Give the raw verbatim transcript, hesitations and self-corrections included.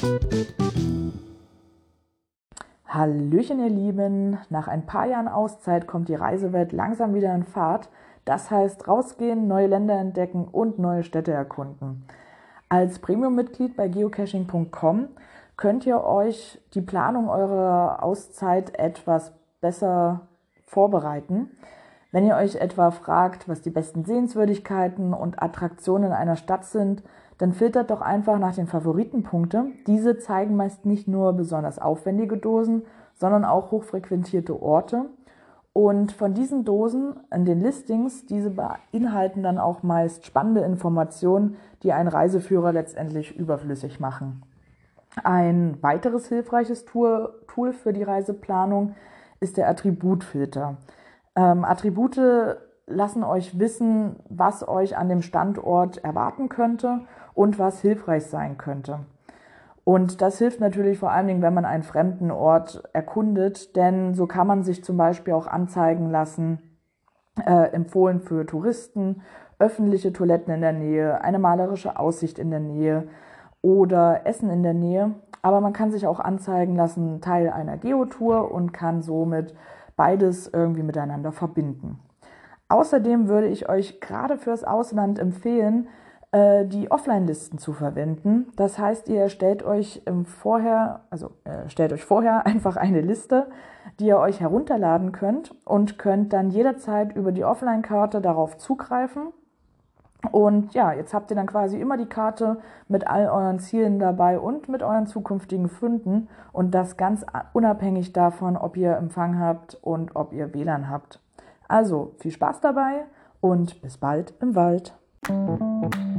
Hallöchen ihr Lieben, nach ein paar Jahren Auszeit kommt die Reisewelt langsam wieder in Fahrt. Das heißt rausgehen, neue Länder entdecken und neue Städte erkunden. Als Premium-Mitglied bei geocaching punkt com könnt ihr euch die Planung eurer Auszeit etwas besser vorbereiten. Wenn ihr euch etwa fragt, was die besten Sehenswürdigkeiten und Attraktionen in einer Stadt sind, dann filtert doch einfach nach den Favoritenpunkten. Diese zeigen meist nicht nur besonders aufwendige Dosen, sondern auch hochfrequentierte Orte. Und von diesen Dosen in den Listings, diese beinhalten dann auch meist spannende Informationen, die einen Reiseführer letztendlich überflüssig machen. Ein weiteres hilfreiches Tool, Tool für die Reiseplanung ist der Attributfilter. Ähm, Attribute lassen euch wissen, was euch an dem Standort erwarten könnte und was hilfreich sein könnte. Und das hilft natürlich vor allen Dingen, wenn man einen fremden Ort erkundet, denn so kann man sich zum Beispiel auch anzeigen lassen, äh, empfohlen für Touristen, öffentliche Toiletten in der Nähe, eine malerische Aussicht in der Nähe oder Essen in der Nähe. Aber man kann sich auch anzeigen lassen, Teil einer Geotour, und kann somit beides irgendwie miteinander verbinden. Außerdem würde ich euch gerade fürs Ausland empfehlen, die Offline-Listen zu verwenden. Das heißt, ihr stellt euch im Vorher, also äh, stellt euch vorher einfach eine Liste, die ihr euch herunterladen könnt und könnt dann jederzeit über die Offline-Karte darauf zugreifen. Und ja, jetzt habt ihr dann quasi immer die Karte mit all euren Zielen dabei und mit euren zukünftigen Funden, und das ganz unabhängig davon, ob ihr Empfang habt und ob ihr W L A N habt. Also viel Spaß dabei und bis bald im Wald.